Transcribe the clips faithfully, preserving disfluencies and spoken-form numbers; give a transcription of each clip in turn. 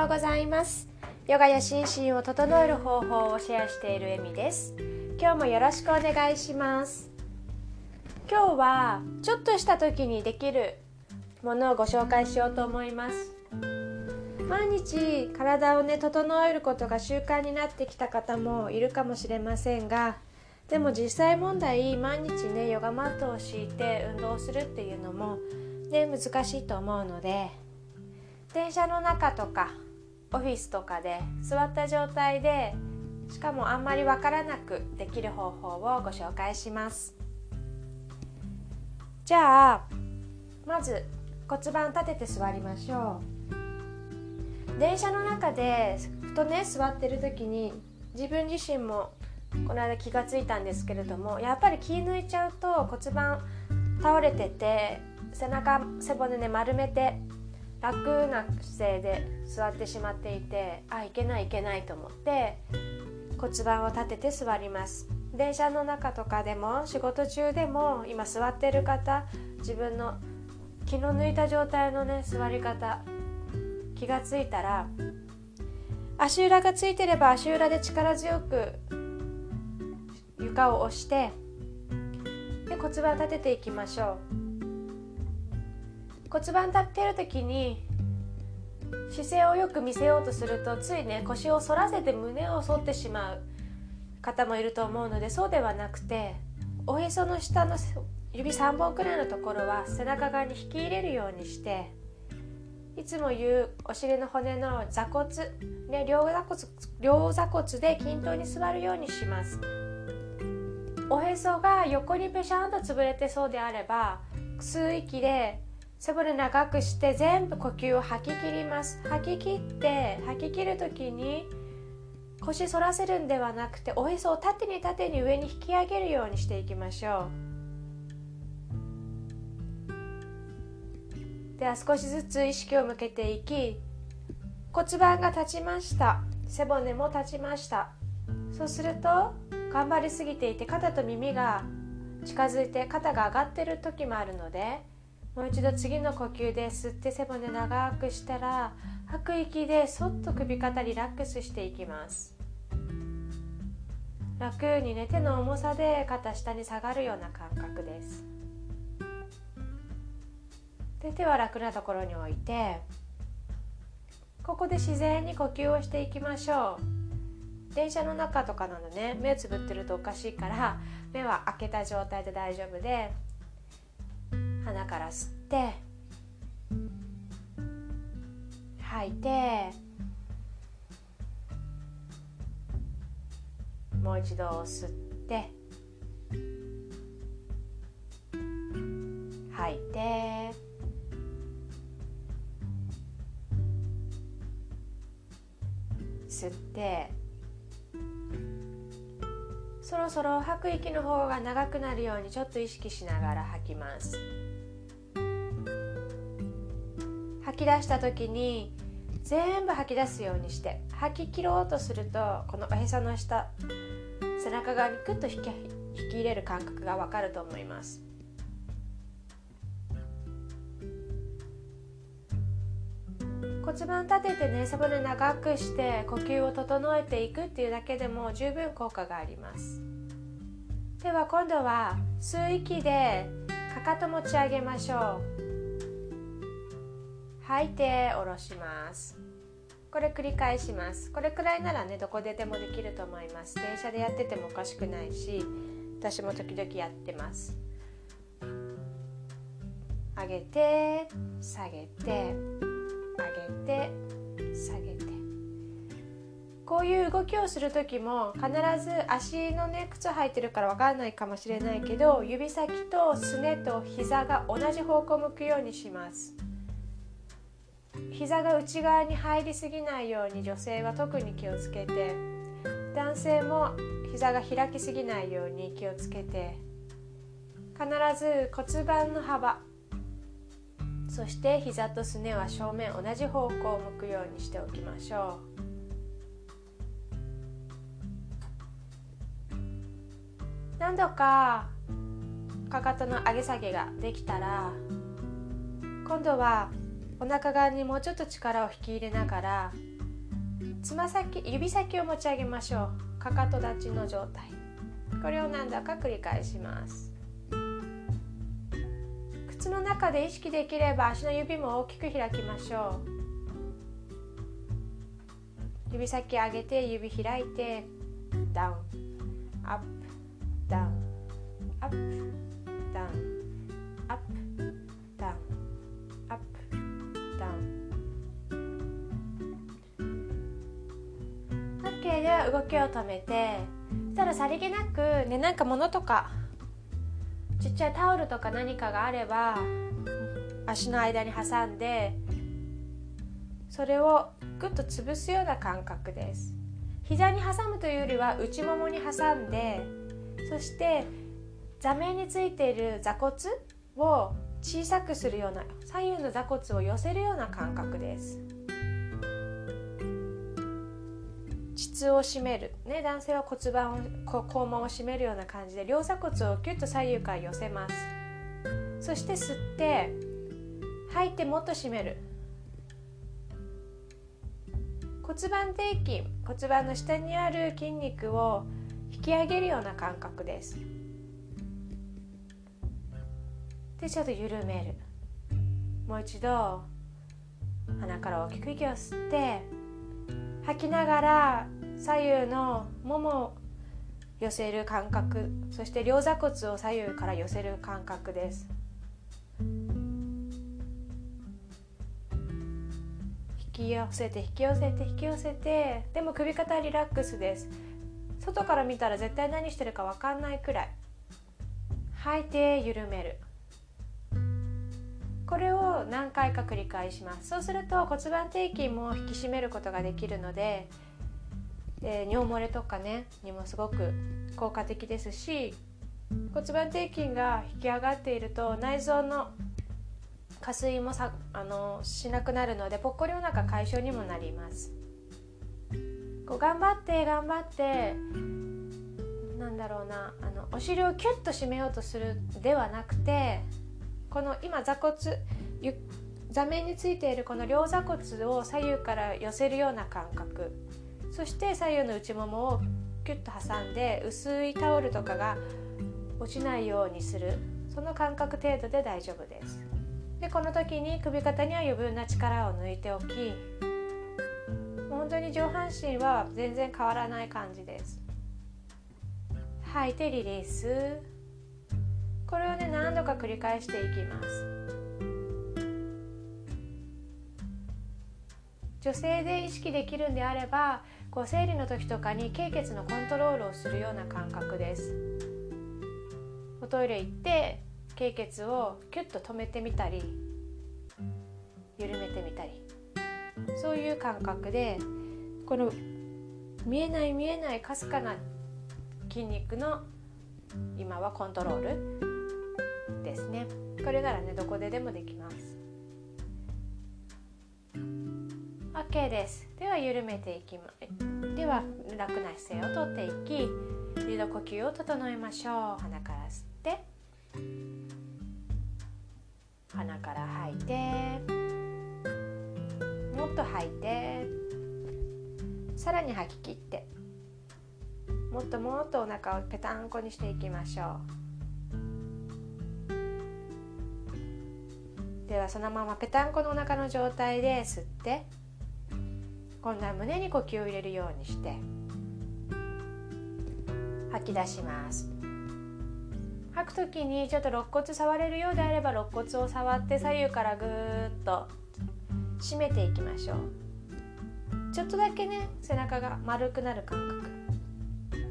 ございます。ヨガや心身を整える方法をシェアしているエミです。今日もよろしくお願いします。今日はちょっとした時にできるものをご紹介しようと思います。毎日体をね整えることが習慣になってきた方もいるかもしれませんが、でも実際問題毎日ねヨガマットを敷いて運動するっていうのもね難しいと思うので、電車の中とかオフィスとかで座った状態で、しかもあんまりわからなくできる方法をご紹介します。じゃあまず骨盤立てて座りましょう。電車の中でふとね座ってる時に自分自身もこの間気がついたんですけれども、やっぱり気抜いちゃうと骨盤倒れてて背中背骨ね丸めて楽な姿勢で座ってしまっていて、あ、いけないいけないと思って骨盤を立てて座ります。電車の中とかでも仕事中でも今座っている方、自分の気の抜いた状態のね座り方気がついたら、足裏がついてれば足裏で力強く床を押してで骨盤立てていきましょう。骨盤立っている時に姿勢をよく見せようとするとついね腰を反らせて胸を反ってしまう方もいると思うので、そうではなくておへその下の指さんぼんくらいのところは背中側に引き入れるようにして、いつも言うお尻の骨の座骨、ね、両座骨、両座骨で均等に座るようにします。おへそが横にペシャンと潰れてそうであれば、吸う息で背骨長くして全部呼吸を吐き切ります。吐き切って吐き切る時に腰反らせるんではなくて、おへそを縦に縦に上に引き上げるようにしていきましょう。では少しずつ意識を向けていき、骨盤が立ちました、背骨も立ちました。そうすると頑張りすぎていて肩と耳が近づいて肩が上がっている時もあるので、もう一度次の呼吸で吸って背骨長くしたら、吐く息でそっと首肩リラックスしていきます。楽にね手の重さで肩下に下がるような感覚です。で手は楽なところに置いて、ここで自然に呼吸をしていきましょう。電車の中とかなのね、目をつぶってるとおかしいから目は開けた状態で大丈夫で、鼻から吸って吐いて、もう一度吸って吐いて、吸って、そろそろ吐く息の方が長くなるようにちょっと意識しながら吐きます。吐き出した時に全部吐き出すようにして、吐き切ろうとするとこのおへその下、背中側にグッと引き、引き入れる感覚がわかると思います。骨盤立ててね背骨長くして呼吸を整えていくっていうだけでも十分効果があります。では今度は吸う息でかかと持ち上げましょう。吐いて下ろします。これ繰り返します。これくらいならねどこででもできると思います。電車でやっててもおかしくないし、私も時々やってます。上げて下げて上げて下げて、こういう動きをする時も必ず足のね靴履いてるから分かんないかもしれないけど、指先とすねと膝が同じ方向を向くようにします。膝が内側に入りすぎないように女性は特に気をつけて、男性も膝が開きすぎないように気をつけて、必ず骨盤の幅、そして膝とすねは正面同じ方向を向くようにしておきましょう。何度かかかとの上げ下げができたら、今度はお腹側にもうちょっと力を引き入れながらつま先、指先を持ち上げましょう。かかと立ちの状態。これを何度か繰り返します。靴の中で意識できれば足の指も大きく開きましょう。指先上げて指開いてダウンアップダウンアップダウンアップダウンアップダウン。 OK では動きを止めて、そしたらさりげなくね、なんか物とかちっちゃいタオルとか何かがあれば足の間に挟んで、それをグッと潰すような感覚です。膝に挟むというよりは内ももに挟んで、そして座面についている座骨を小さくするような、左右の座骨を寄せるような感覚です。膣を締める、ね、男性は骨盤を肛門を締めるような感じで両座骨をキュッと左右から寄せます。そして吸って吐いてもっと締める。骨盤底筋、骨盤の下にある筋肉を引き上げるような感覚です。でちょっと緩める。もう一度鼻から大きく息を吸って吐きながら左右のももを寄せる感覚、そして両座骨を左右から寄せる感覚です。引き寄せて引き寄せて引き寄せて、でも首肩リラックスです。外から見たら絶対何してるか分かんないくらい。吐いて緩める。これを何回か繰り返します。そうすると骨盤底筋も引き締めることができるので、で尿漏れとかねにもすごく効果的ですし、骨盤底筋が引き上がっていると内臓の下垂もさあのしなくなるので、ぽっこりお腹解消にもなります。こう頑張って頑張ってなんだろうな、あのお尻をキュッと締めようとするではなくて、この今座骨座面についているこの両座骨を左右から寄せるような感覚、そして左右の内ももをキュッと挟んで薄いタオルとかが落ちないようにする、その感覚程度で大丈夫です。でこの時に首肩には余分な力を抜いておき、本当に上半身は全然変わらない感じです。吐いてリリース。これをね何度か繰り返していきます。女性で意識できるんであれば、こう生理の時とかに経血のコントロールをするような感覚です。おトイレ行って経血をキュッと止めてみたり緩めてみたり、そういう感覚でこの見えない見えないかすかな筋肉の今はコントロールですね。これならねどこででもできます。 OK です。では緩めていきます。では楽な姿勢をとっていき、二度呼吸を整えましょう。鼻から吸って鼻から吐いて、もっと吐いて、さらに吐き切って、もっともっとお腹をぺたんこにしていきましょう。ではそのままぺたんこのお腹の状態で吸って、今度は胸に呼吸を入れるようにして吐き出します。吐くときにちょっと肋骨触れるようであれば肋骨を触って左右からぐーっと締めていきましょう。ちょっとだけね背中が丸くなる感覚。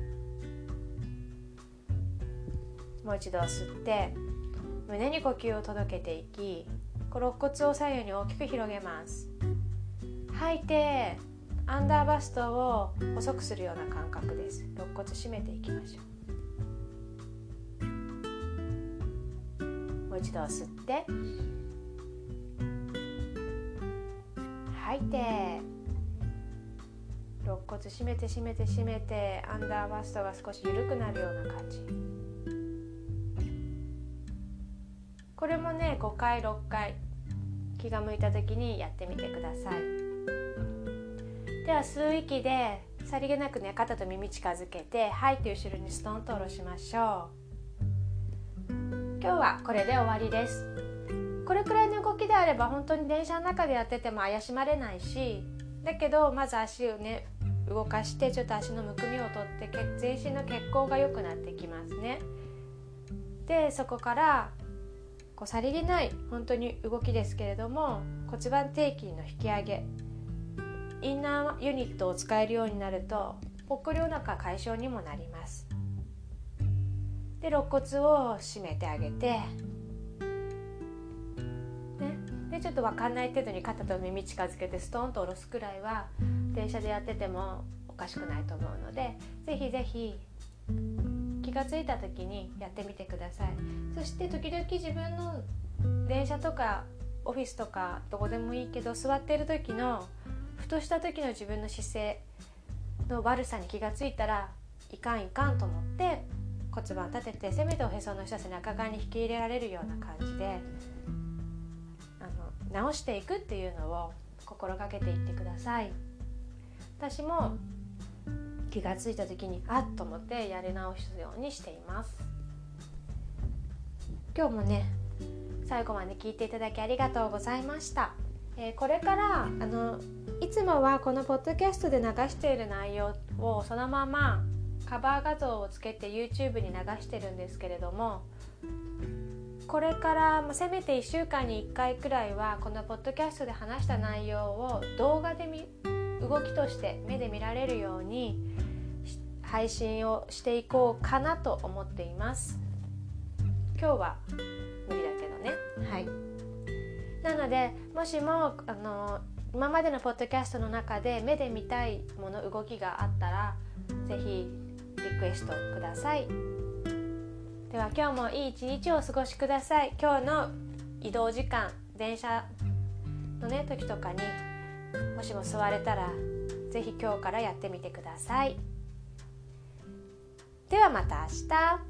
もう一度吸って胸に呼吸を届けていき、肋骨を左右に大きく広げます。吐いてアンダーバストを細くするような感覚です。肋骨締めていきましょう。もう一度吸って吐いて、肋骨締めて締めて締めて、アンダーバストが少し緩くなるような感じ。これもねごかいろっかい気が向いた時にやってみてください。 では吸う息でさりげなくね肩と耳近づけて吐いて後ろにストンと下ろしましょう。今日はこれで終わりです。これくらいの動きであれば本当に電車の中でやってても怪しまれないし、だけどまず足をね動かしてちょっと足のむくみを取って全身の血行が良くなってきますね。でそこからこうさりげない本当に動きですけれども骨盤底筋の引き上げ、インナーユニットを使えるようになるとぽっこりお腹解消にもなります。で肋骨を締めてあげて、ね、でちょっと分かんない程度に肩と耳近づけてストンと下ろすくらいは電車でやっててもおかしくないと思うので、ぜひぜひ気がついた時にやってみてください。そして時々自分の電車とかオフィスとかどこでもいいけど座っている時のふとした時の自分の姿勢の悪さに気がついたらいかんいかんと思って骨盤立てて、せめておへその下背中側に引き入れられるような感じであの直していくっていうのを心がけていってください。私も気がついた時にあっと思ってやり直すようにしています。今日もね最後まで聞いていただきありがとうございました。えー、これからあのいつもはこのポッドキャストで流している内容をそのままカバー画像をつけて YouTube に流してるんですけれども、これからせめていっしゅうかんにいっかいくらいはこのポッドキャストで話した内容を動画で見動きとして目で見られるように配信をしていこうかなと思っています。今日は無理だけどね。はい。なのでもしもあの今までのポッドキャストの中で目で見たいもの動きがあったらぜひリクエストください。では今日もいい一日をお過ごしください。今日の移動時間電車のね時とかにもしも座れたらぜひ今日からやってみてください。ではまた明日。